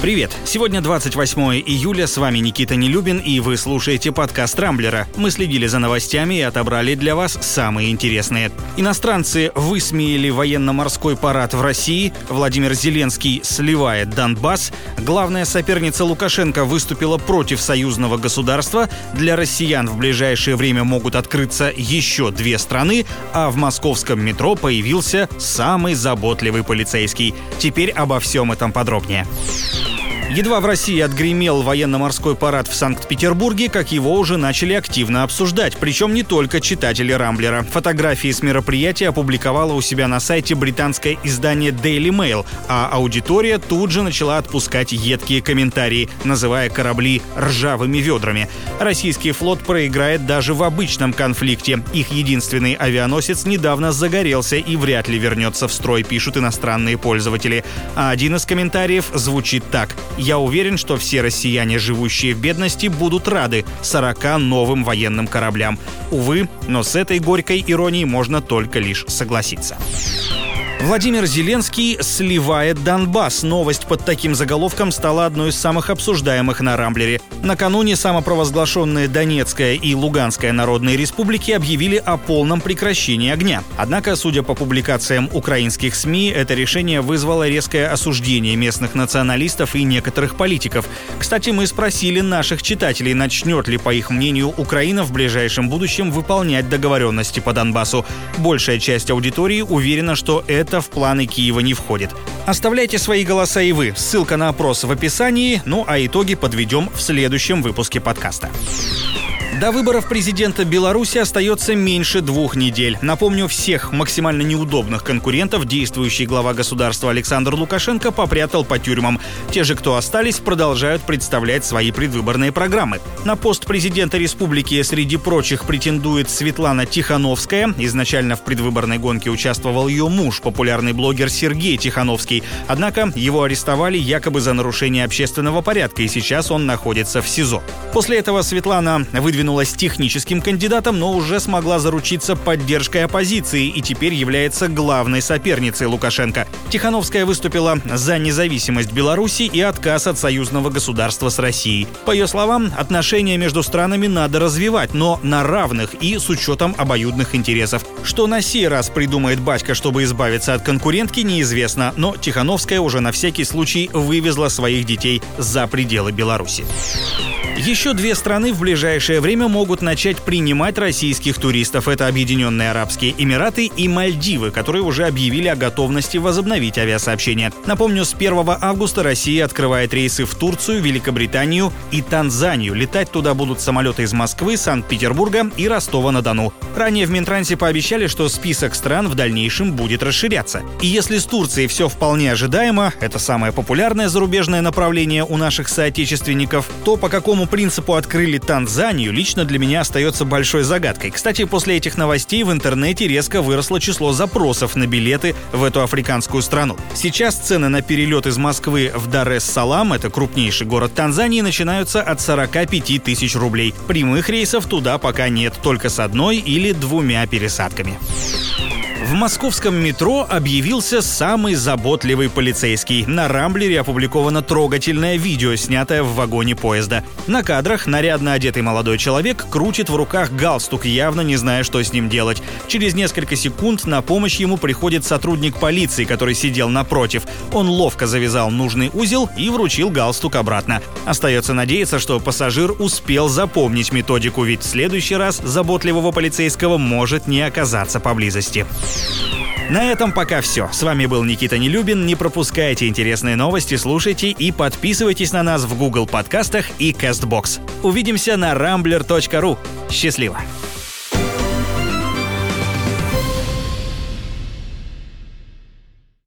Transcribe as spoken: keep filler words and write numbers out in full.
Привет! Сегодня двадцать восьмое июля, с вами Никита Нелюбин, и вы слушаете подкаст «Рамблера». Мы следили за новостями и отобрали для вас самые интересные. Иностранцы высмеяли военно-морской парад в России, Владимир Зеленский сливает Донбасс, главная соперница Лукашенко выступила против союзного государства, для россиян в ближайшее время могут открыться еще две страны, а в московском метро появился самый заботливый полицейский. Теперь обо всем этом подробнее. Едва в России отгремел военно-морской парад в Санкт-Петербурге, как его уже начали активно обсуждать. Причем не только читатели «Рамблера». Фотографии с мероприятия опубликовало у себя на сайте британское издание Daily Mail, а аудитория тут же начала отпускать едкие комментарии, называя корабли «ржавыми ведрами». Российский флот проиграет даже в обычном конфликте. Их единственный авианосец недавно загорелся и вряд ли вернется в строй, пишут иностранные пользователи. А один из комментариев звучит так: «Я уверен, что все россияне, живущие в бедности, будут рады сорока новым военным кораблям». Увы, но с этой горькой иронией можно только лишь согласиться. Владимир Зеленский сливает Донбасс. Новость под таким заголовком стала одной из самых обсуждаемых на «Рамблере». Накануне самопровозглашенные Донецкая и Луганская народные республики объявили о полном прекращении огня. Однако, судя по публикациям украинских СМИ, это решение вызвало резкое осуждение местных националистов и некоторых политиков. Кстати, мы спросили наших читателей, начнет ли, по их мнению, Украина в ближайшем будущем выполнять договоренности по Донбассу. Большая часть аудитории уверена, что это в планы Киева не входит. Оставляйте свои голоса и вы. Ссылка на опрос в описании. Ну а итоги подведем в следующем выпуске подкаста. До выборов президента Беларуси остается меньше двух недель. Напомню, всех максимально неудобных конкурентов действующий глава государства Александр Лукашенко попрятал по тюрьмам. Те же, кто остались, продолжают представлять свои предвыборные программы. На пост президента республики среди прочих претендует Светлана Тихановская. Изначально в предвыборной гонке участвовал ее муж, популярный блогер Сергей Тихановский. Однако его арестовали якобы за нарушение общественного порядка, и сейчас он находится в СИЗО. После этого Светлана выдвинулась техническим кандидатом, но уже смогла заручиться поддержкой оппозиции и теперь является главной соперницей Лукашенко. Тихановская выступила за независимость Беларуси и отказ от союзного государства с Россией. По ее словам, отношения между странами надо развивать, но на равных и с учетом обоюдных интересов. Что на сей раз придумает батька, чтобы избавиться от конкурентки, неизвестно, но Тихановская уже на всякий случай вывезла своих детей за пределы Беларуси. Еще две страны в ближайшее время могут начать принимать российских туристов. Это Объединенные Арабские Эмираты и Мальдивы, которые уже объявили о готовности возобновить авиасообщение. Напомню, с первого августа Россия открывает рейсы в Турцию, Великобританию и Танзанию. Летать туда будут самолеты из Москвы, Санкт-Петербурга и Ростова-на-Дону. Ранее в Минтрансе пообещали, что список стран в дальнейшем будет расширяться. И если с Турцией все вполне ожидаемо, это самое популярное зарубежное направление у наших соотечественников, то по какому принципу открыли Танзанию, лично для меня остается большой загадкой. Кстати, после этих новостей в интернете резко выросло число запросов на билеты в эту африканскую страну. Сейчас цены на перелет из Москвы в Дар-эс-Салам, это крупнейший город Танзании, начинаются от сорока пяти тысяч рублей. Прямых рейсов туда пока нет, только с одной или двумя пересадками. В московском метро объявился самый заботливый полицейский. На «Рамблере» опубликовано трогательное видео, снятое в вагоне поезда. На кадрах нарядно одетый молодой человек крутит в руках галстук, явно не зная, что с ним делать. Через несколько секунд на помощь ему приходит сотрудник полиции, который сидел напротив. Он ловко завязал нужный узел и вручил галстук обратно. Остается надеяться, что пассажир успел запомнить методику, ведь в следующий раз заботливого полицейского может не оказаться поблизости. На этом пока все. С вами был Никита Нелюбин. Не пропускайте интересные новости, слушайте и подписывайтесь на нас в Google подкастах и Castbox. Увидимся на рамблер точка ру. Счастливо!